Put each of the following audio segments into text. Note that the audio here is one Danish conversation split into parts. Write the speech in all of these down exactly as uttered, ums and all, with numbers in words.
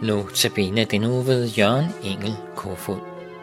Nu tabiner den nu ved Jørgen Engel Kofod.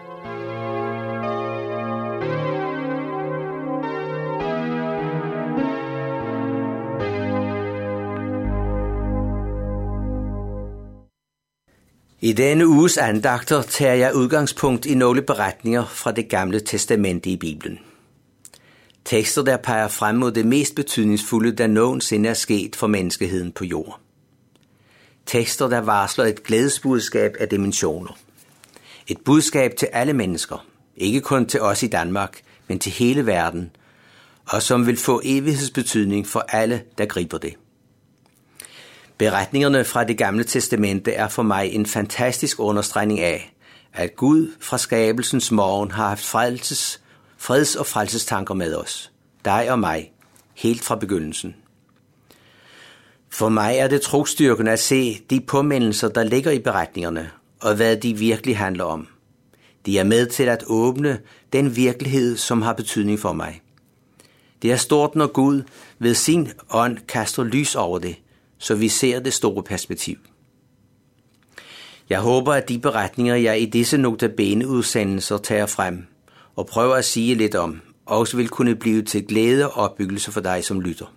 I denne uges andagter tager jeg udgangspunkt i nogle beretninger fra det gamle testamente i Bibelen. Tekster, der peger frem mod det mest betydningsfulde, der nogensinde er sket for menneskeheden på jord. Tekster, der varsler et glædesbudskab af dimensioner. Et budskab til alle mennesker, ikke kun til os i Danmark, men til hele verden, og som vil få evighedsbetydning for alle, der griber det. Beretningerne fra det gamle testamente er for mig en fantastisk understregning af, at Gud fra skabelsens morgen har haft frelses, freds- og frelsestanker med os, dig og mig, helt fra begyndelsen. For mig er det trosstyrkende at se de påmindelser, der ligger i beretningerne, og hvad de virkelig handler om. De er med til at åbne den virkelighed, som har betydning for mig. Det er stort, når Gud ved sin ånd kaster lys over det, så vi ser det store perspektiv. Jeg håber, at de beretninger, jeg i disse notabene-udsendelser tager frem og prøver at sige lidt om, også vil kunne blive til glæde og opbyggelse for dig, som lytter.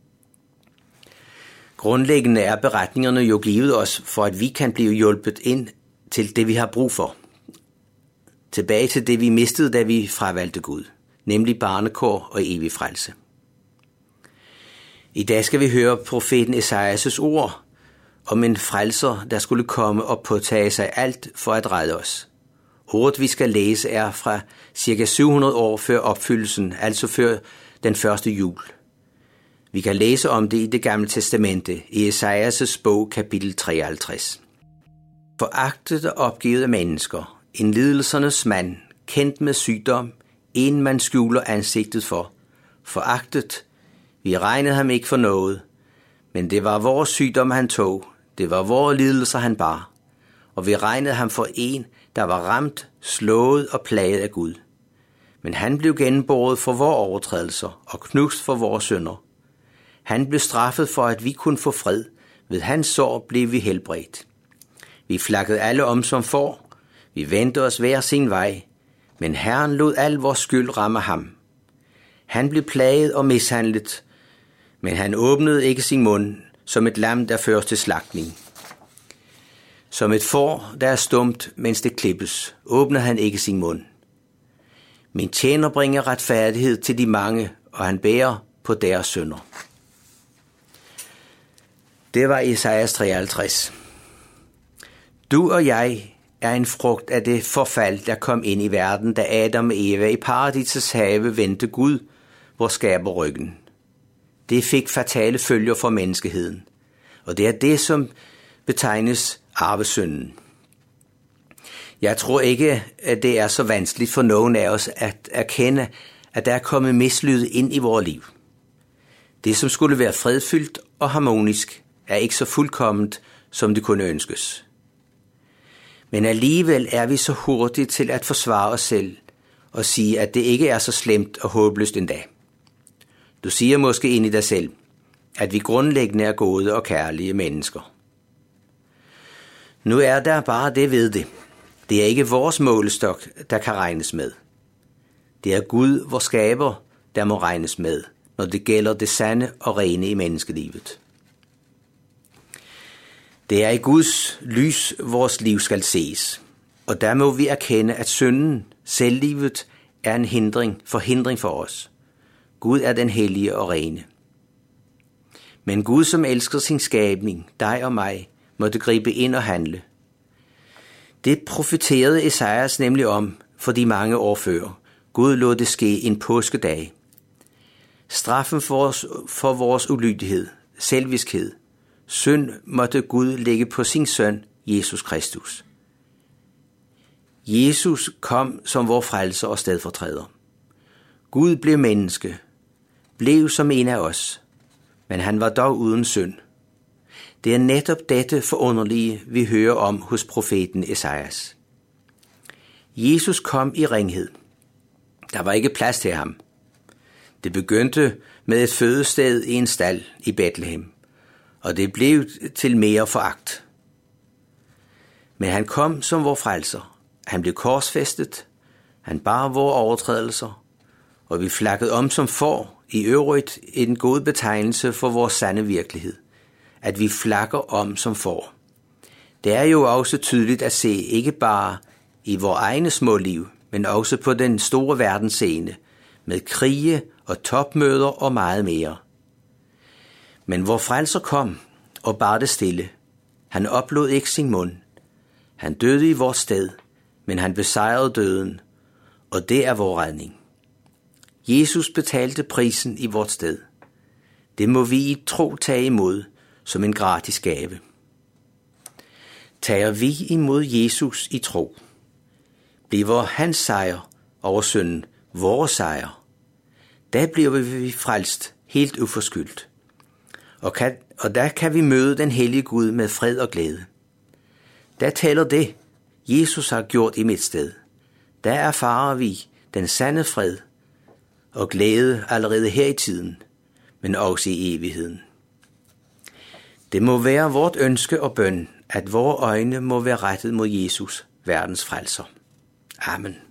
Grundlæggende er beretningerne jo givet os, for at vi kan blive hjulpet ind til det, vi har brug for. Tilbage til det, vi mistede, da vi fravalgte Gud, nemlig barnekår og evig frelse. I dag skal vi høre profeten Esajas ord om en frelser, der skulle komme og påtage sig alt for at redde os. Ordet, vi skal læse, er fra cirka syv hundrede år før opfyldelsen, altså før den første jul. Vi kan læse om det i det gamle testamente, i Esajas bog, kapitel treoghalvtreds. Foragtet og opgivet af mennesker, en lidelsernes mand, kendt med sygdom, en man skjuler ansigtet for, foragtet. Vi regnede ham ikke for noget, men det var vores sygdom, han tog. Det var vores lidelser, han bar. Og vi regnede ham for en, der var ramt, slået og plaget af Gud. Men han blev gennembåret for vores overtrædelser og knust for vores synder. Han blev straffet for, at vi kunne få fred. Ved hans sår blev vi helbredt. Vi flakkede alle om som får. Vi vendte os hver sin vej. Men Herren lod al vores skyld ramme ham. Han blev plaget og mishandlet, men han åbnede ikke sin mund, som et lam, der føres til slagtning. Som et får, der er stumt, mens det klippes, åbner han ikke sin mund. Min tjener bringer retfærdighed til de mange, og han bærer på deres synder. Det var Esajas treoghalvtreds. Du og jeg er en frugt af det forfald, der kom ind i verden, da Adam og Eva i paradisets have vendte Gud, vor skaber, ryggen. Det fik fatale følger for menneskeheden, og det er det, som betegnes arvesynden. Jeg tror ikke, at det er så vanskeligt for nogen af os at erkende, at der er kommet mislyd ind i vores liv. Det, som skulle være fredfyldt og harmonisk, er ikke så fuldkomment, som det kunne ønskes. Men alligevel er vi så hurtige til at forsvare os selv og sige, at det ikke er så slemt og håbløst endda. Du siger måske ind i dig selv, at vi grundlæggende er gode og kærlige mennesker. Nu er der bare det ved det. Det er ikke vores målestok, der kan regnes med. Det er Gud, vor skaber, der må regnes med, når det gælder det sande og rene i menneskelivet. Det er i Guds lys, vores liv skal ses, og der må vi erkende, at synden, selvlivet, er en hindring, forhindring for os. Gud er den hellige og rene. Men Gud, som elsker sin skabning, dig og mig, måtte gribe ind og handle. Det profeterede Esajas nemlig om for de mange år før. Gud lod det ske en påskedag. Straffen for vores, for vores ulydighed, selviskhed, synd måtte Gud lægge på sin søn, Jesus Kristus. Jesus kom som vor frelser og stedfortræder. Gud blev menneske, blev som en af os, men han var dog uden synd. Det er netop dette forunderlige, vi hører om hos profeten Esajas. Jesus kom i ringhed. Der var ikke plads til ham. Det begyndte med et fødested i en stald i Bethlehem, og det blev til mere foragt. Men han kom som vor frelser. Han blev korsfæstet. Han bar vores overtrædelser. Og vi flakkede om som får, i øvrigt en god betegnelse for vores sande virkelighed. At vi flakker om som får. Det er jo også tydeligt at se, ikke bare i vores egne små liv, men også på den store verdensscene, med krige og topmøder og meget mere. Men vor frelser kom og bar det stille. Han oplod ikke sin mund. Han døde i vores sted, men han besejrede døden, og det er vor redning. Jesus betalte prisen i vort sted. Det må vi i tro tage imod som en gratis gave. Tager vi imod Jesus i tro, bliver hans sejr over synden vores sejr. Der bliver vi frelst helt uforskyldt. Og, kan, og der kan vi møde den hellige Gud med fred og glæde. Der taler det, Jesus har gjort i mit sted. Der erfarer vi den sande fred og glæde allerede her i tiden, men også i evigheden. Det må være vort ønske og bøn, at vores øjne må være rettet mod Jesus, verdens frelser. Amen.